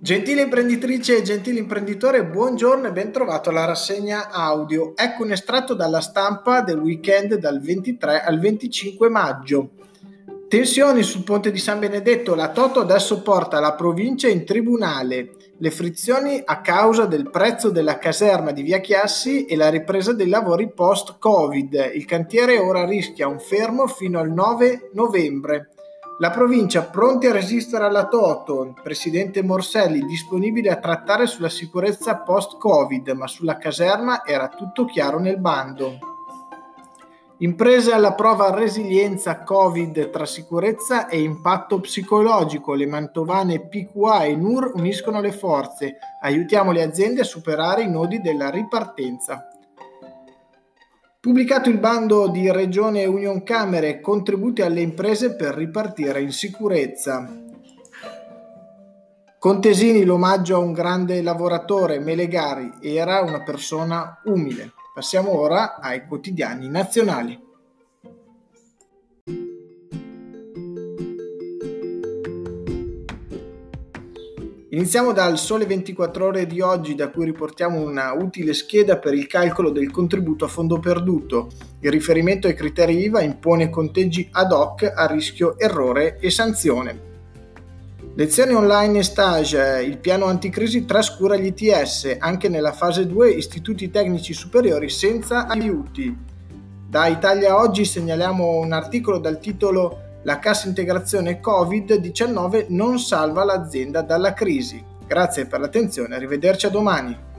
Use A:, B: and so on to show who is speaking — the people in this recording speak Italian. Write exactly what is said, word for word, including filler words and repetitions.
A: Gentili imprenditrice e gentili imprenditore, buongiorno e ben trovato alla rassegna audio. Ecco un estratto dalla stampa del weekend dal ventitré al venticinque maggio. Tensioni sul ponte di San Benedetto, la Toto adesso porta la provincia in tribunale. Le frizioni a causa del prezzo della caserma di Via Chiassi e la ripresa dei lavori post-Covid. Il cantiere ora rischia un fermo fino al nove novembre. La provincia pronti a resistere alla Toto, presidente Morselli disponibile a trattare sulla sicurezza post-Covid, ma sulla caserma era tutto chiaro nel bando. Imprese alla prova resilienza Covid tra sicurezza e impatto psicologico. Le mantovane P Q A e N U R uniscono le forze. Aiutiamo le aziende a superare i nodi della ripartenza. Pubblicato il bando di Regione e Unioncamere, contributi alle imprese per ripartire in sicurezza. Contesini, l'omaggio a un grande lavoratore, Melegari era una persona umile. Passiamo ora ai quotidiani nazionali. Iniziamo dal Sole ventiquattro Ore di oggi, da cui riportiamo una utile scheda per il calcolo del contributo a fondo perduto. Il riferimento ai criteri I V A impone conteggi ad hoc a rischio errore e sanzione. Lezioni online e stage, il piano anticrisi trascura gli I T S, anche nella fase due istituti tecnici superiori senza aiuti. Da Italia Oggi segnaliamo un articolo dal titolo "La cassa integrazione covid diciannove non salva l'azienda dalla crisi". Grazie per l'attenzione, arrivederci a domani.